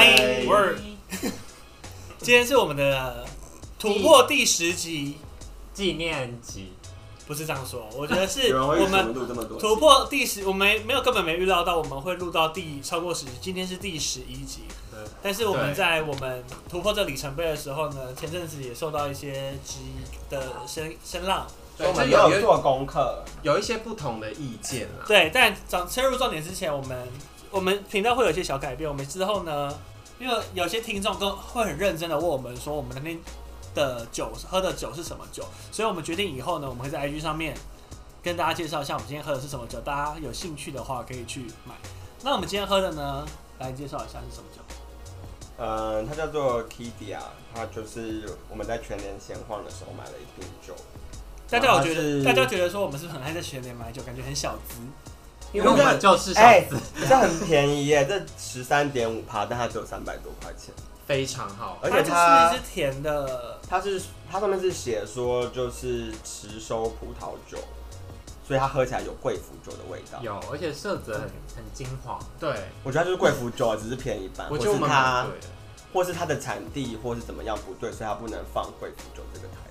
嗨，今天是我们的突破第10集纪念集， 不是这样说，我觉得是我们突破第10，我们根本没预料到我们会录到超过10集，今天是第11集。但是我们在我们突破这里程碑的时候呢，前阵子也受到一些质疑的声浪。 对，我们有做功课，有一些不同的意见啦。 对，但切入重点之前，我们频道会有一些小改变。我们之后呢，因为有些听众会很认真的问我们说，我们那天的喝的酒是什么酒，所以我们决定以后呢，我们会在 IG 上面跟大家介绍一下我们今天喝的是什么酒，大家有兴趣的话可以去买。那我们今天喝的呢，来介绍一下是什么酒？ 它叫做 Kidia， 它就是我们在全联闲晃的时候买了一瓶酒。大家觉得说我们是不是很爱在全联买酒，感觉很小资？ 因为我们就是小资， 这很便宜耶，这13.5%，但它只有300多块钱， 非常好。 而且它是甜的， 它上面是写说就是持收葡萄酒，所以它喝起来有贵腐酒的味道。 有，而且色泽很金黄。 对， 我觉得它就是贵腐酒，只是便宜版， 我觉得我们买对了， 或是它的产地，或是怎么样不对，所以它不能放贵腐酒这个台。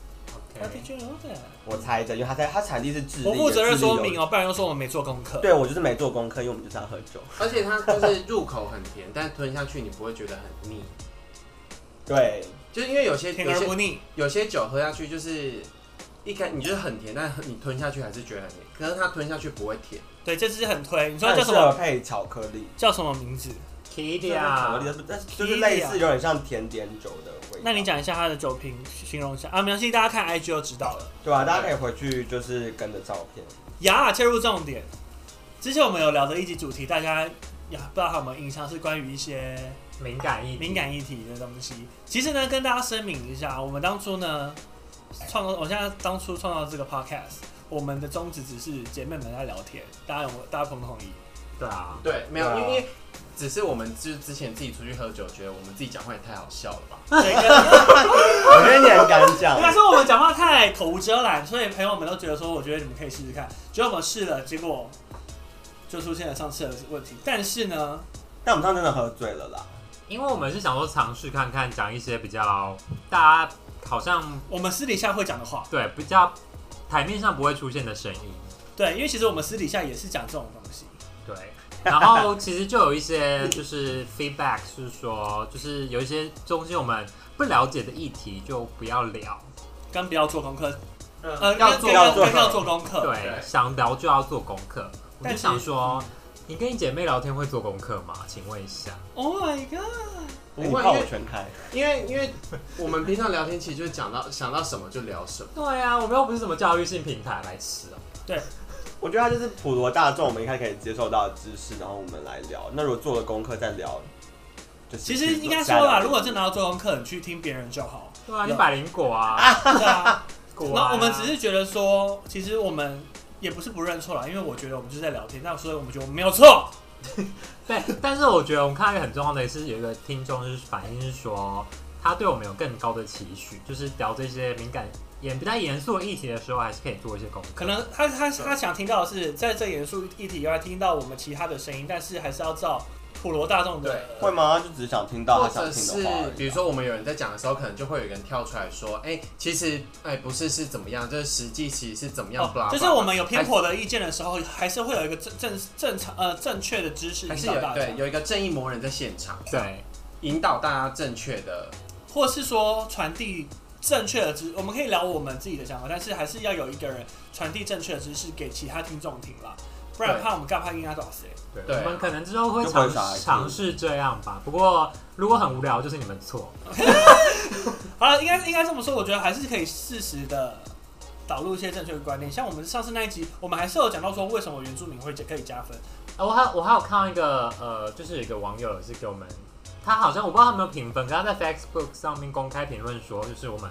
我猜的，因为它产地是智利， 我负责任说明哦，不然又说我们没做功课。 对，我就是没做功课，因为我们就是要喝酒。 而且它就是入口很甜，但吞下去你不会觉得很腻。 对， 就是因为有些甜而不腻， 有些酒喝下去就是你觉得很甜，但你吞下去还是觉得很甜。可是它吞下去不会甜。 对，这支很推。你说叫什么？ 适合配巧克力。叫什么名字 ？Kidia， 巧克力，就是类似有点像甜点酒的味道。 那你讲一下它的酒瓶，形容一下啊，没关系，大家看 IG 就知道了。 对啊，大家可以回去就是跟着照片。 切入重点。之前我们有聊的一集主题，大家不知道有没有印象，是关于一些敏感议题的东西。其实呢，跟大家声明一下，我们当初呢我现在当初创造这个 podcast， 我们的宗旨只是姐妹们在聊天，大家同不同意？ 对啊， 对，没有，因为只是我们就是之前自己出去喝酒，觉得我们自己讲话也太好笑了吧？ 我觉得你很敢讲。 应该说我们讲话太口无遮拦，所以朋友们都觉得说，我觉得你们可以试试看。结果我们试了，结果就出现了上次的问题。但我们上次真的喝醉了啦。 因为我们是想说尝试看看，讲一些比较大家好像我们私底下会讲的话， 对，比较台面上不会出现的声音。 对，因为其实我们私底下也是讲这种东西。 对。然后其实就有一些就是 feedback， 是说就是有一些东西我们不了解的议题就不要聊， 不要做功课， 要做功课。 对，想聊就要做功课。我就想说，你跟你姐妹聊天会做功课吗？请问一下。 Oh my god！ 不会， 我全开。 因为我们平常聊天其实就是想到什么就聊什么。 对啊，我们又不是什么教育性平台来吃哦。 对。 我觉得它就是普罗大众，我们一开始可以接受到的知识，然后我们来聊。那如果做了功课再聊， 其实应该说啦，如果真的要做功课，你去听别人就好。 对啊，你百灵果啊， 对啊。那我们只是觉得说，其实我们也不是不认错啦，因为我觉得我们就是在聊天，那所以我们觉得我们没有錯。 对，但是我觉得我们看到一个很重要的是，有一个听众就是反映是说，他对我们有更高的期许，就是聊这些敏感。也比较严肃的议题的时候，还是可以做一些功课。 可能他想听到的是，在这严肃议题以外，听到我们其他的声音，但是还是要照普罗大众的。 会吗？就只是想听到他想听的话。 或者是比如说我们有人在讲的时候，可能就会有人跳出来说：“其实不是怎么样，就是实际其实是怎么样。 就是我们有偏颇的意见的时候，还是会有一个正确的知识引导大家。 对，有一个正义魔人在现场， 对， 引导大家正确的， 或是说传递。正确的知，我们可以聊我们自己的想法，但是还是要有一个人传递正确的知识给其他听众听啦，不然怕我们干怕应该多少谁？ 对，我们可能之后会尝试这样吧。不过如果很无聊，就是你们错。 好了，应该这么说，我觉得还是可以适时的导入一些正确的观念。像我们上次那一集，我们还是有讲到说为什么原住民可以加分。 我还有看到一个就是有一个网友是给我们。他好像我不知道他有没有评分，可他在 Facebook 上面公开评论说，就是我们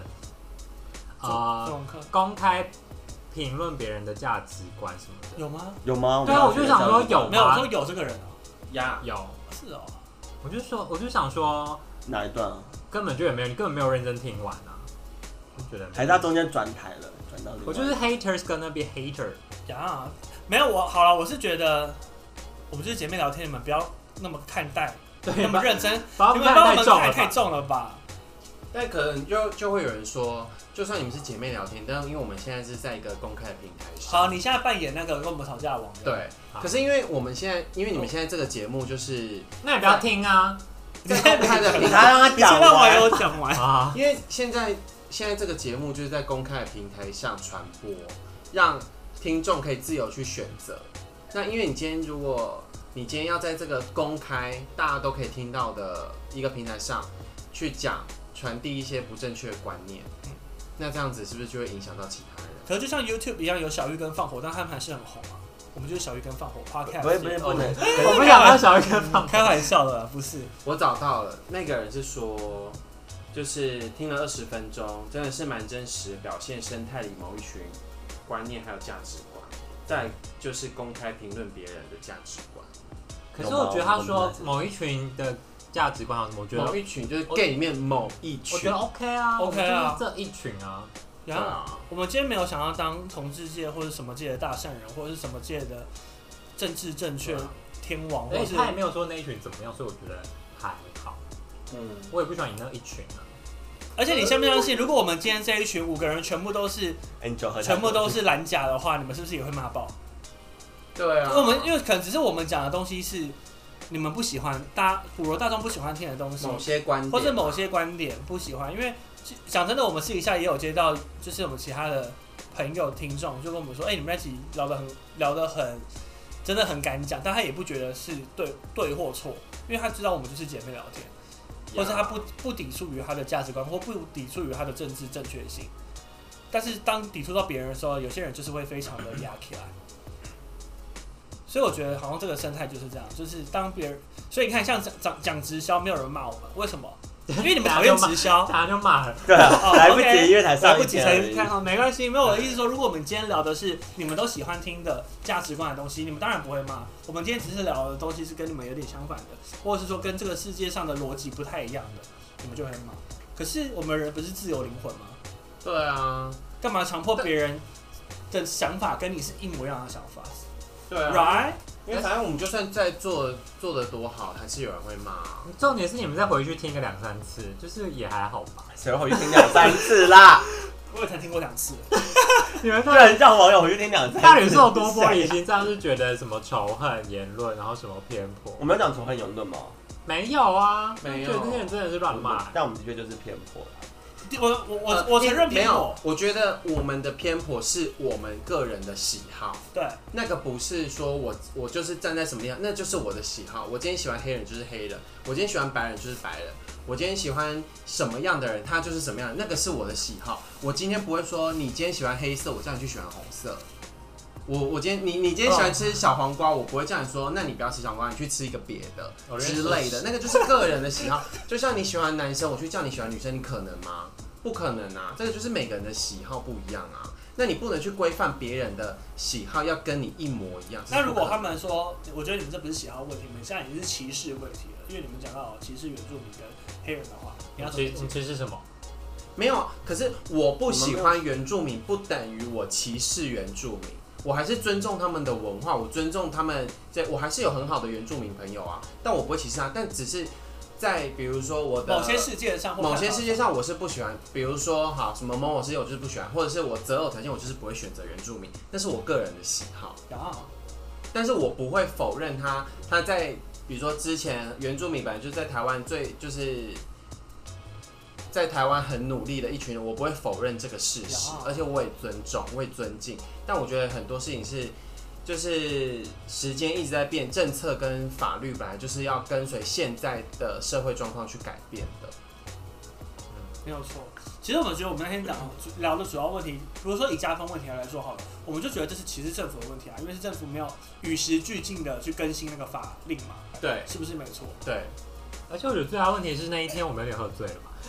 公开评论别人的价值观什么的， 有吗？ 有吗？ 对啊，我就想说有吗？ 没有，我说有这个人哦。 有。 是哦。 我就想说哪一段啊？ 根本就也没有，你根本没有认真听完啊，就觉得还是他中间转台了，转到我就是 haters gonna be hater 呀，没有好了，我是觉得我们就是姐妹聊天，你们不要那么看待那么认真， 把你们把我们太太重了吧？ 但可能就会有人说，就算你们是姐妹聊天，但因为我们现在是在一个公开的平台上。 好，你现在扮演那个跟我们吵架的网友。 对，可是因为我们现在，因为你们现在这个节目就是， 那你不要听啊， 在公开的平你台， 还让他讲你先让网完。 友讲完。 啊， 因为现在这个节目就是在公开的平台上传播，让听众可以自由去选择。那因为你今天要在这个公开大家都可以听到的一个平台上去传递一些不正确的观念，那这样子是不是就会影响到其他人？ 可是就像 YouTube 一样，有小玉跟放火，但他们还是很红啊。我们就是小玉跟放火 Podcast。 不是不能， 我不想当小一跟放开玩笑的，不是。 我找到了，那个人是说，就是听了20分钟，真的是蛮真实的表现生态里某一群观念还有价值观，再就是公开评论别人的价值观。 可是我觉得他说某一群的价值观有什么？我觉得某一群就是 gay 里面某一群， 我觉得 OK 啊 OK 啊， 这一群啊。 然后我们今天没有想要当同志界或者什么界的大善人，或者是什么界的政治正确天王，或是他也没有说那一群怎么样，所以我觉得还好。我也不喜欢你那一群啊。 而且你相不相信，如果我们今天这一群5个人全部都是蓝甲的话，你们是不是也会骂爆？ 对啊， 因为可能只是我们讲的东西是你们不喜欢，普罗大众不喜欢听的东西， 某些观点， 或者某些观点不喜欢。因为讲真的，我们私底下也有接到，就是我们其他的朋友听众就跟我们说，你们那集聊得很，真的很敢讲，但他也不觉得是对或错，因为他知道我们就是姐妹聊天，或者他不抵触于他的价值观，或不抵触于他的政治正确性。但是当抵触到别人的时候，有些人就是会非常的压起来。所以我觉得好像这个生态就是这样，就是当别人，所以你看像讲直销，没有人骂我们，为什么？因为你们讨厌直销， 他就骂了。 对啊，来不及，因为才上来不及才看好，没关系。没有，我的意思说，如果我们今天聊的是你们都喜欢听的价值观的东西，你们当然不会骂。我们今天只是聊的东西是跟你们有点相反的，或者是说跟这个世界上的逻辑不太一样的，你们就会骂。可是我们人不是自由灵魂吗？ 对啊， 干嘛强迫别人的想法跟你是一模一样的想法？ 对啊 ，right？ 因为反正我们就算在做得多好，还是有人会骂。 重点是你们再回去听个2-3次，就是也还好吧。 谁会回去听2-3次啦？ 我也才听过2次。 你们居然叫网友回去听2-3次， 到底是有多玻璃心？这样是觉得什么仇恨言论，然后什么偏颇？ 我们有讲仇恨言论吗？ 没有啊， 没有， 觉得那些人真的是乱骂。 但我们的确就是偏颇啦。 我承认偏颇。 没有，我觉得我们的偏颇是我们个人的喜好。 对， 那个不是说我就是站在什么地方，那就是我的喜好。我今天喜欢黑人就是黑人，我今天喜欢白人就是白人，我今天喜欢什么样的人，他就是什么样的，那个是我的喜好。我今天不会说你今天喜欢黑色，我叫你去喜欢红色。我今天你今天喜欢吃小黄瓜，我不会叫你说，那你不要吃小黄瓜，你去吃一个别的之类的，那个就是个人的喜好。就像你喜欢男生，我去叫你喜欢女生，你可能吗？不可能啊，这个就是每个人的喜好不一样啊。那你不能去规范别人的喜好要跟你一模一样。 那如果他们说，我觉得你们这不是喜好问题，你们现在已经是歧视问题了，因为你们讲到歧视原住民跟黑人的话，你要怎么歧视什么？ 没有，可是我不喜欢原住民，不等于我歧视原住民。我还是尊重他们的文化，我尊重他们，我还是有很好的原住民朋友啊，但我不会歧视他。但只是在比如说我的某些世界上， 我是不喜欢，比如说好什么某某世界我就是不喜欢，或者是我择偶条件我就是不会选择原住民，那是我个人的喜好。但是我不会否认他在比如说之前原住民本来就在台湾就是在台湾很努力的一群人，我不会否认这个事实，而且我也尊重，我也尊敬。但我觉得很多事情是，就是时间一直在变，政策跟法律本来就是要跟随现在的社会状况去改变的。 没有错。其实我们觉得我们那天聊的主要问题，比如说以加分问题来说好了，我们就觉得这是其实政府的问题啊，因为是政府没有与时俱进的去更新那个法令嘛。 对， 是不是没错？ 对。 而且我觉得最大的问题是那一天我们有点喝醉了嘛。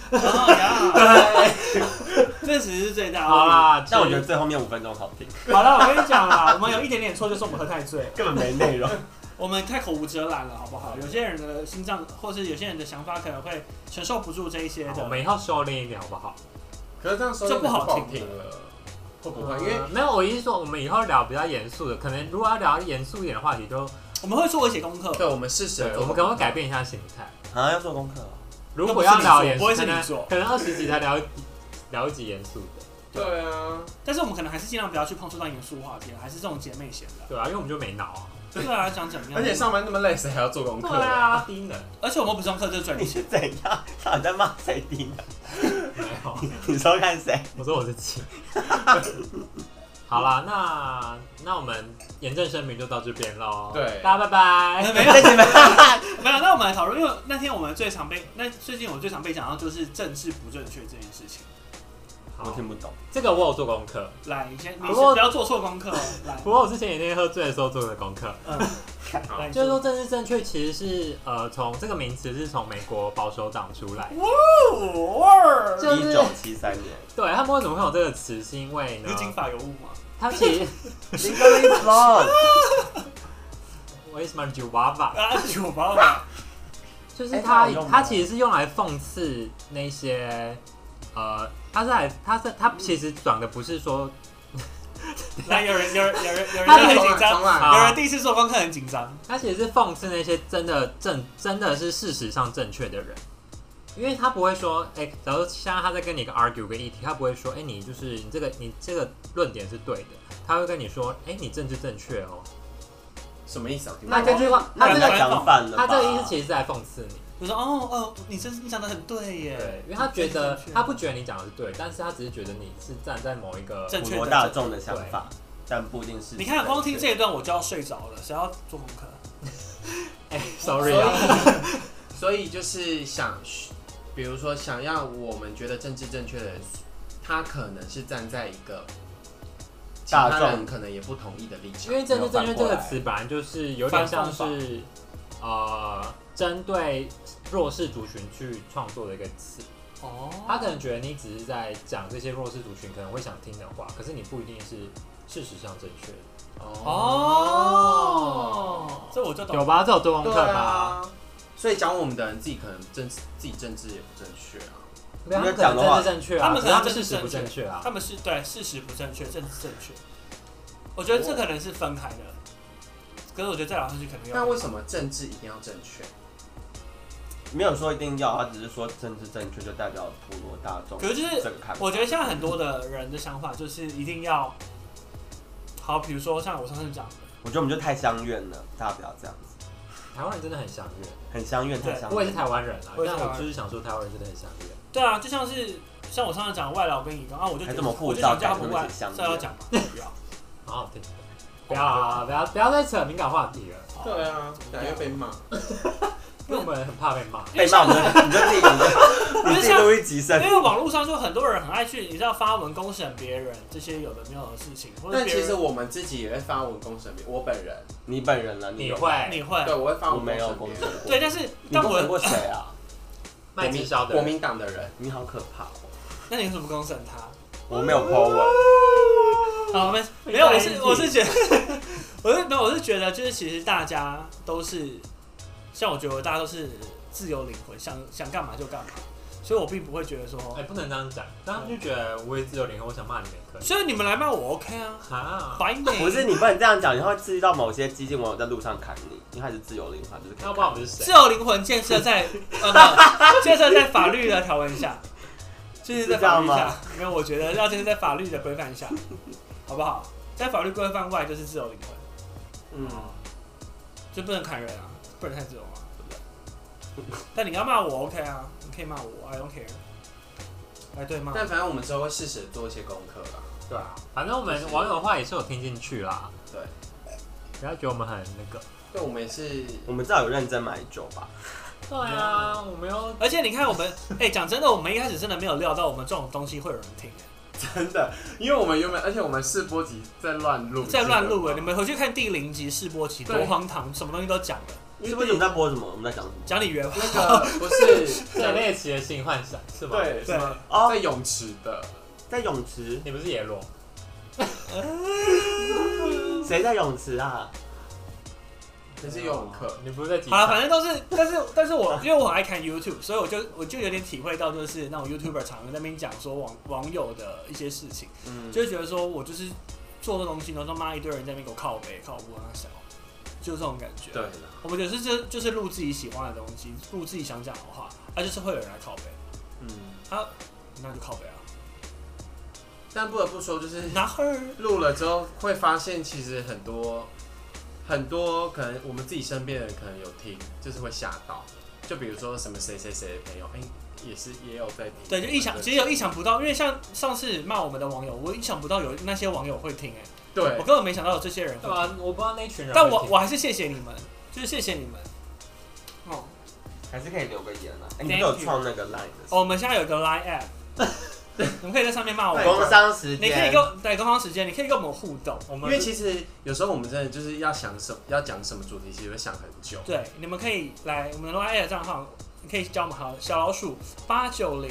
这只是最大的好啦， 但我觉得最后面5分钟好听。 好了，我跟你讲啦，我们有一点点错，就是我们喝太醉了， 根本没内容。 我们太口无遮拦了，好不好？有些人的心脏，或是有些人的想法，可能会承受不住这一些的。 我们以后收敛一点，好不好？ 可是这样收就不好听了， 会不会？因为没有，我意思说我们以后聊比较严肃的，可能如果要聊严肃一点的话题，就我们会做一些功课。 对我们适时地对， 做， 我们可能会改变一下形态。 啊，要做功课哦。 如果要聊严肃， 不会是可能你做可能20集才聊一集严肃的。 对啊， 但是我们可能还是尽量不要去碰触到严肃话题，还是这种姐妹闲的。 对啊，因为我们就没脑啊。 对啊，讲怎么样？ 而且上班那么累，谁还要做功课？ 对啊，低能。 而且我们不是用课就是赚你是钱。 怎样？到底在骂谁低呢？ 没有， 你说看谁？ 我说我自己。好啦，那我们严正声明就到这边喽。 对大家拜拜。 没有在你们没有，那我们来讨论，因为那天我们最常被最近我最常被讲到就是政治不正确这件事情。 好， 我听不懂。 这个我有做功课， 来，你先， 不过不要做错功课哦。来， 不过我之前也那天喝醉的时候做的功课， 来， 就是说政治正确其实是从这个名词是从美国保守党出来的，就是 1973年对他们为什么会有这个词，是因为呢你，金发有误吗？ 它其实 ，Legally blonde， 为什么就娃娃， 啊，有吧？ 就是它它有用吗它其实是用来讽刺那些它其实讲的不是说来，有人他很紧张， 重来有人第一次做功课很紧张。 它其实是讽刺那些真的是事实上正确的人，因为他不会说，假如现在他在跟你argue 个议题，他不会说，你这个论点是对的，他会跟你说，你政治正确哦。 什么意思啊？ 那这句话，他这个讲反了吧。 他这个意思其实是在讽刺你， 我说你讲的很对耶。 对，因为他觉得他不觉得你讲的是对，但是他只是觉得你是站在某一个正确普罗大众的想法，但不一定是。 你看，光听这一段我就要睡着了，谁要做功课 ？Sorry 啊。 所以就是比如说想要我们觉得政治正确的人，他可能是站在一个其他人可能也不同意的立场。 因为政治正确这个词本来就是有点像是针对弱势族群去创作的一个词。 哦， 他可能觉得你只是在讲这些弱势族群可能会想听的话，可是你不一定是事实上正确的。 这我就懂。 有吧？这有做功课吧？ 啊，所以讲我们的人自己可能自己政治也不正确啊。 没有，他们可能政治正确啊， 他们可能事实不正确啊。 他们是对事实不正确，政治正确。我觉得这可能是分开的，可是我觉得再聊下去可能要。 那为什么政治一定要正确？ 没有说一定要，他只是说政治正确就代表普罗大众。 可是就是我觉得现在很多的人的想法就是一定要好，比如说像我上次讲的， 我觉得我们就太相怨了，大家不要这样子。 台湾人真的很相怨， 很相怨，太相怨。 我也是台湾人啊，但我就是想说台湾人真的很相怨。 对啊，就像我上次讲外劳跟移工啊，我就还这么我就想叫他们互外， 相这要讲吗？不要， 好好听。不要再扯敏感话题了。 对啊，等下又被骂。 因为我们很怕被骂， 被骂你就自己录一集声。 因为网络上就很多人很爱去，你知道发文公审别人这些有的没有的事情， 但其实我们自己也会发文公审别人。我本人， 你本人呢？ 你会？ 对，我会发文我没有公审过。 对，但是你公审过谁啊？ 卖直销的国民党的人， 你好可怕哦！ 那你为什么不公审他？ 我没有 po 文。 好，没有，我是觉得，我是觉得，就是其实大家都是，像我觉得大家都是自由灵魂，想干嘛就干嘛，所以我并不会觉得说， 不能这样讲，但他们就觉得我也自由灵魂，我想骂你们也可以。 所以你们来骂我 OK 啊，白美不是你不能这样讲，你会刺激到某些激进网友在路上砍你，因为他是自由灵魂，就是可以。 那不知道我们是谁？ 自由灵魂建设在法律的条文下。就是在法律下，因为我觉得要建设在法律的规范下，好不好？在法律规范外就是自由灵魂，就不能砍人啊，不能太自由嘛，对不对？但你要骂我 OK 啊，你可以骂我 I don't care， 来对骂。 但反正我们之后会适时做一些功课啦。 对啊，反正我们网友的话也是有听进去啦。 对， 不要觉得我们很那个。 对，我们也是， 我们至少有认真买酒吧。 对啊，我们又， 而且你看我们，讲真的，我们一开始真的没有料到我们这种东西会有人听， 真的，因为我们原本，而且我们试播集在乱录， 你们回去看第0集试播集多荒唐，什么东西都讲了。 是不是你们在播什么？我们在讲什么？ 讲你约炮， 那个不是在猎奇的性幻想是吗？ 对， 对， 在泳池的， 在泳池， 你不是野裸？ 谁在泳池啊？ 可是游泳课， 你不是在机好了， 场？ 反正都是，但是我因为我很爱看 YouTube，所以我就有点体会到，就是那种 YouTuber 常常在那边讲说网友的一些事情，就会觉得说我就是做这东西，然后他妈一堆人在那边给我靠北靠不啊小，就是这种感觉。 对， 我们觉得就是录自己喜欢的东西，录自己想讲的话，就是会有人来靠北，那就靠北啊。 但不得不说，就是拿her 录了之后会发现，其实很多可能我们自己身边的人可能有听，就是会吓到。就比如说什么谁谁谁的朋友，也有在听。 对，就其实有意想不到，因为像上次骂我们的网友，我意想不到有那些网友会听对， 我根本没想到有这些人会听。 对啊，我不知道那群人。 但我还是谢谢你们，就是谢谢你们。哦， 还是可以留个言啊。你们有创那个 Line 的？ 我们现在有一个 Line App，你们可以在上面骂我们。 工商时间， 你可以跟工商时间，你可以跟我们互动。 因为其实有时候我们真的就是要讲什么主题，其实会想很久。 对，你们可以来我们的 Line App 账号，你可以教我们好小老鼠890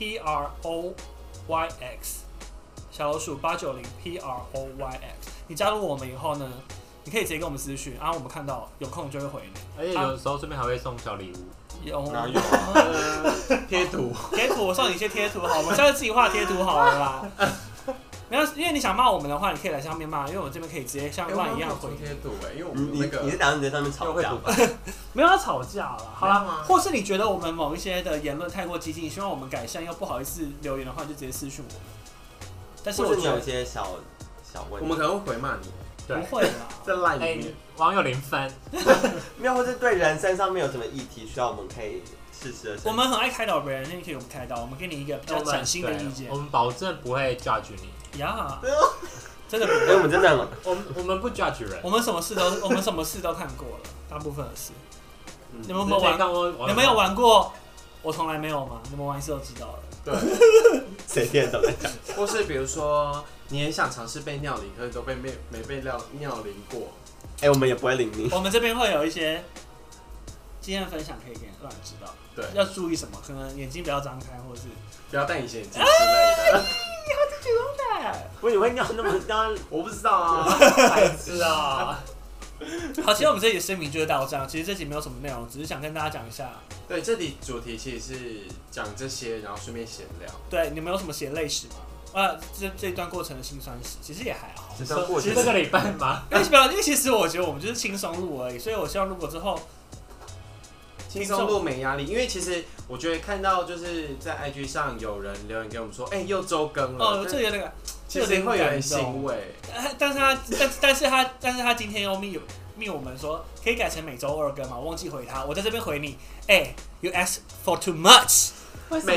PROYX， 小老鼠890 PROYX。你加入我们以后呢，你可以直接跟我们私讯，然后我们看到有空就会回你。 而且有时候顺便还会送小礼物。 哪有啊？ 贴图， 我送你一些贴图好，我们下次自己画贴图好了啦。没有，因为你想骂我们的话，你可以来上面骂，因为我们这边可以直接像乱一样回贴图因为我们那个你是打算在上面吵架？ 没有要吵架了，好啦， 吗？ 或是你觉得我们某一些的言论太过激进，希望我们改善又不好意思留言的话，就直接私讯我们。但是我觉得或是你有一些小问题， 我们可能会回骂你， 不会啦， 在 Line 里面。 网友0分。 没有，或是对人生上面有什么议题需要我们可以适时的。 我们很爱开导别人，那你可以给我们开导，我们给你一个比较崭新的意见我。们保证不会 judge 你。 呀，真的不我会。 们真的很， 我们不 judge 人。 我们什么事都看过了，大部分的事。你们有没有玩？ 之前看过你们有玩过？我从来没有吗？你们玩一次都知道了。 对， 谁听得懂在讲？ 或是比如说你很想尝试被尿淋，可是都没被尿淋过。 我们也不会领你。 我们这边会有一些经验分享，可以给让人知道。 对， 要注意什么？可能眼睛不要张开，或是不要戴隐形眼镜之类的。 不是你会尿那么尿？ 我不知道啊， 白痴啊！ 好，其实我们这集的声明就是到这样。其实这集没有什么内容，只是想跟大家讲一下。 对，这里主题其实是讲这些，然后顺便闲聊。 对，你们有什么血泪史吗？这一段过程的辛酸史，其实也还好。 这段过程这个礼拜吗？ 因为其实我觉得我们就是轻松录而已，所以我希望如果之后轻松录没压力，因为其实我觉得看到就是在 IG 上有人留言给我们说，又周更了。 哦，这有那个， 其实会有点欣慰。 但是他今天又密我们说可以改成每周2更嘛，我忘记回他，我在这边回你，you ask for too much。 每周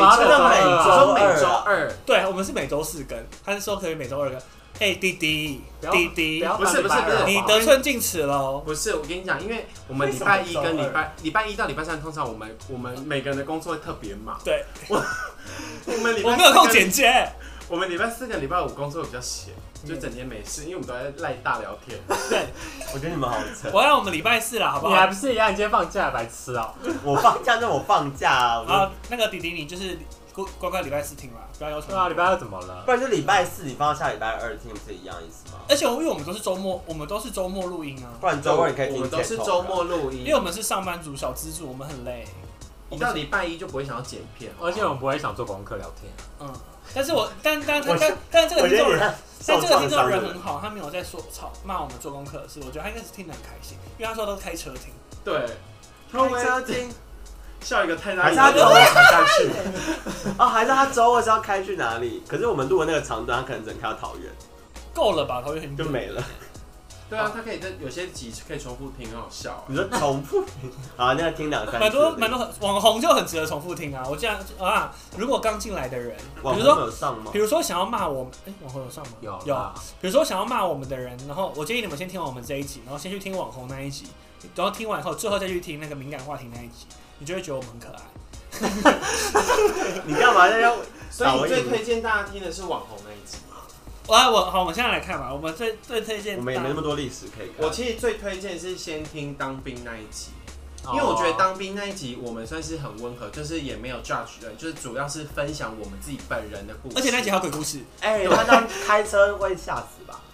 2， 对，我们是每周4更，他是说可以每周2更。弟弟， 不是， 你得寸进尺喽。 不是，我跟你讲，因为我们礼拜一跟礼拜一到礼拜3，通常我们每个人的工作会特别忙。 对， 我没有空剪接。 我们礼拜4跟礼拜5工作比较闲，就整天没事，因为我们都在赖大聊天。 对， 我觉得你们好扯。 我要我们礼拜4啦，好不好？ 你还不是一样？你今天放假，白痴啊！ 我放假，那我放假啊。 啊，那个弟弟，你就是乖乖礼拜4听啦，不要要求。 对啊，礼拜2怎么了？ 不然就礼拜4你放到下礼拜2听，不是一样意思吗？ 而且因为我们都是周末录音啊。 不然周末你可以听。 我们都是周末录音， 因为我们是上班族小资助，我们很累。 一到礼拜1就不会想要剪片， 而且我们不会想做功课聊天。 但这个听众人，但这个听众人很好，他没有在说骂我们做功课的事，我觉得他应该是听得很开心，因为他说都是开车听。 对， 开车听， 笑一个太大， 还是他周末才下去？还是他周末是要开去哪里？可是我们录的那个长段，他可能只能开到桃园， 够了吧？桃园很就没了。 对啊，他可以在有些集可以重复听，很好笑。 你说重复听？好，那听2-3次。 蛮多网红就很值得重复听啊！我这样啊，如果刚进来的人， 网红有上吗？ 比如说想要骂我们，网红有上吗？ 有。 比如说想要骂我们的人，然后我建议你们先听完我们这一集，然后先去听网红那一集，然后听完以后，最后再去听那个敏感话题那一集，你就会觉得我们很可爱。你干嘛在要？ 所以你最推荐大家听的是网红那一集吗？ 好，我们现在来看吧。我们最推荐， 我们也没那么多历史可以看。 我其实最推荐是先听当兵那一集，因为我觉得当兵那一集我们算是很温和，就是也没有 judge 人，就是主要是分享我们自己本人的故事。 而且那集还有鬼故事。 有看到开车会吓死吧？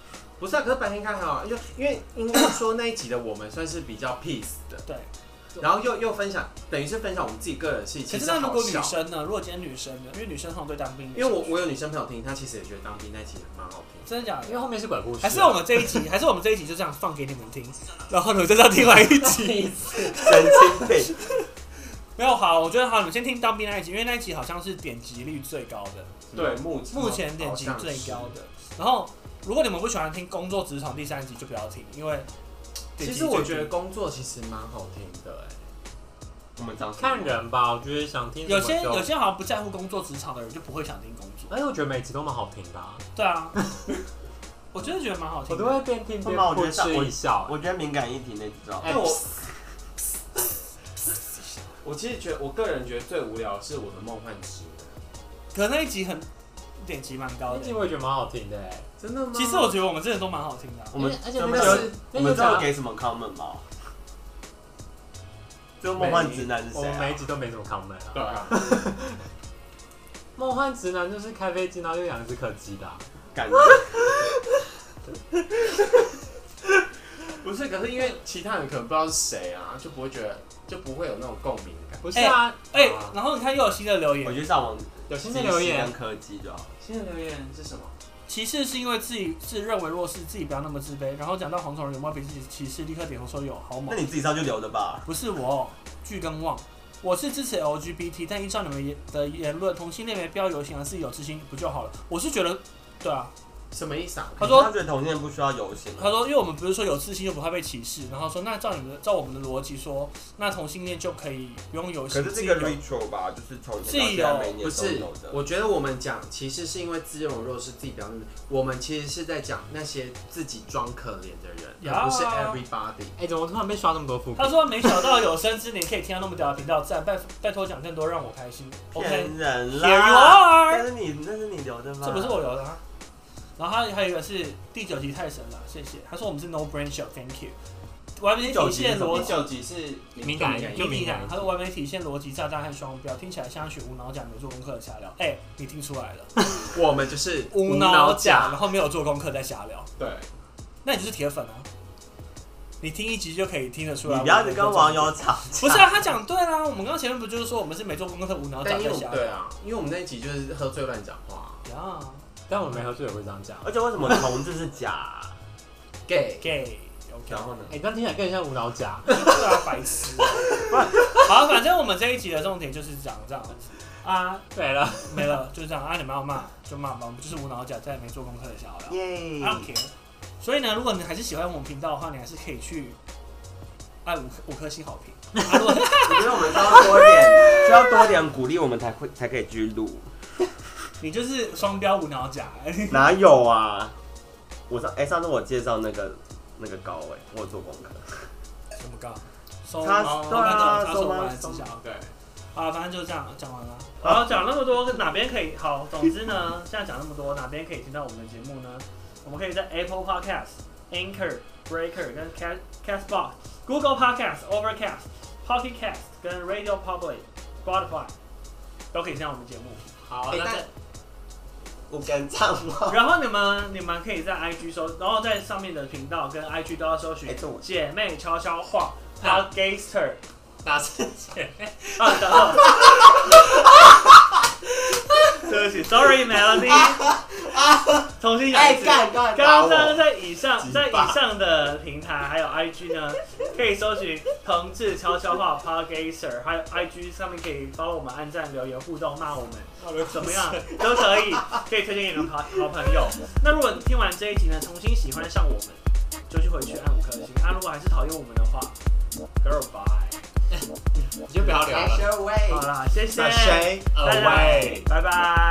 不是啊，可是白天看还好，因为应该说那一集的我们算是比较 peace 的， 对。 然后又分享，等于是分享我们自己个人的事情。 可是那如果女生呢？如果今天女生呢？因为女生通常对当兵， 因为我有女生朋友听，她其实也觉得当兵那集蛮好听。 真的假的？ 因为后面是鬼故事。 还是我们这一集就这样放给你们听，然后你们就这样听完一集。 神经病。 没有好，我觉得好，你们先听当兵那一集，因为那一集好像是点击率最高的， 对， 目前点击最高的。然后，如果你们不喜欢听工作职场第3集，就不要听，因为其实我觉得工作其实蛮好听的我们看人吧，我觉得想听有些好像不在乎工作职场的人就不会想听工作。 而且我觉得每集都蛮好听的。 对啊，我真的觉得蛮好听的。 我都会边听边噗嗤一笑。 我觉得敏感议题那集最好。 我其实觉得，我个人觉得最无聊的是我的梦幻职人， 可那一集很点击蛮高的。 那集我也觉得蛮好听的真的吗？ 其实我觉得我们真的都蛮好听的。 我们而且那个我们最后给什么 comment 吗？最后梦幻直男是谁？ 我们每一集都没什么 comment 啊。 对啊。 梦幻直男就是开飞机，然后就养一只柯基的。 感觉。 不是，可是因为其他人可能不知道是谁啊，就不会觉得，就不会有那种共鸣感。 不是啊， 然后你看又有新的留言， 我去上网有新的留言跟科技就好。 新的留言是什么？ 歧视是因为自己自认为弱势，自己不要那么自卑。然后讲到黄种人有没有被自己歧视，立刻点头说有，好猛。 那你自己上去留的吧？ 不是我，巨跟旺，我是支持 LGBT， 但依照你们的言论，同性恋没必要游行，而自己有自信不就好了？我是觉得，对啊。 什么意思啊？ 他说他觉得同性恋不需要游行。 他说，因为我们不是说有自信就不会被歧视，然后说那照我们的逻辑说，那同性恋就可以不用游行。 可是这个 retro 吧，就是从以前到现在每年都有的。 我觉得我们讲歧视是因为自认为弱势，自己表现。我们其实是在讲那些自己装可怜的人，而不是 everybody。 怎么突然被刷那么多副？ 他说没想到有生之年可以听到那么屌的频道，赞，拜托讲更多让我开心。 骗人啦 Here you are。 那是你留的吗？ 这不是我留的啊。然后还有一个是第9集太神了，谢谢。他说我们是 No Brain Show，Thank you。完美体现逻辑。 第9集是敏感。 他说完美体现逻辑炸弹和双标，听起来像群无脑讲没做功课的瞎聊。你听出来了？ 我们就是无脑讲，然后没有做功课在瞎聊。 对， 那你就是铁粉啊！你听一集就可以听得出来。 你不要跟网友吵。 不是啊，他讲对啦。我们刚刚前面不就是说我们是没做功课无脑讲在瞎聊？ 对啊，因为我们那一集就是喝醉乱讲话。 呀。 但我没喝醉也会这样讲， 而且为什么同志是假 ？gay， 然后呢？ 这样听起来更像无脑假。 对啊，白痴。好，反正我们这一集的重点就是讲这样子啊，没了，就是这样啊。你们要骂就骂吧，我们就是无脑假，在没做功课的瞎聊。 耶 I don't care。所以呢，如果你还是喜欢我们频道的话，你还是可以去按5颗星好评。 我觉得我们需要多点鼓励，我们才可以继续录。 你就是双标无脑假。 哪有啊？上次我介绍那个高我有做功课。 什么高？ 他收完直销。对。啊，反正就这样讲完了。然后讲那么多，哪边可以好？总之呢，现在讲那么多，哪边可以听到我们的节目呢？我们可以在 Apple Podcast、Anchor、Breaker 跟 Castbox、Google Podcast、Overcast、Pocket Cast 跟 Radio Public、Spotify 都可以听到我们节目。好，那我敢唱吗？ 然后你们可以在 IG 搜，然后在上面的频道跟 IG 都要搜寻姐妹悄悄话 Podcaster。 哪是姐妹？ 等会。对不起 ，Sorry Melody。重新讲一次。刚刚在以上的平台还有 IG 呢，可以搜寻同志悄悄话 Podcaster， 还有 IG 上面可以帮我们按赞、留言、互动、骂我们，怎么样都可以推荐给你们好朋友。那如果你听完这一集呢，重新喜欢上我们，就去回去按5颗星。如果还是讨厌我们的话 ，Girl bye。 你就不要聊了。 好啦，谢谢， 拜拜。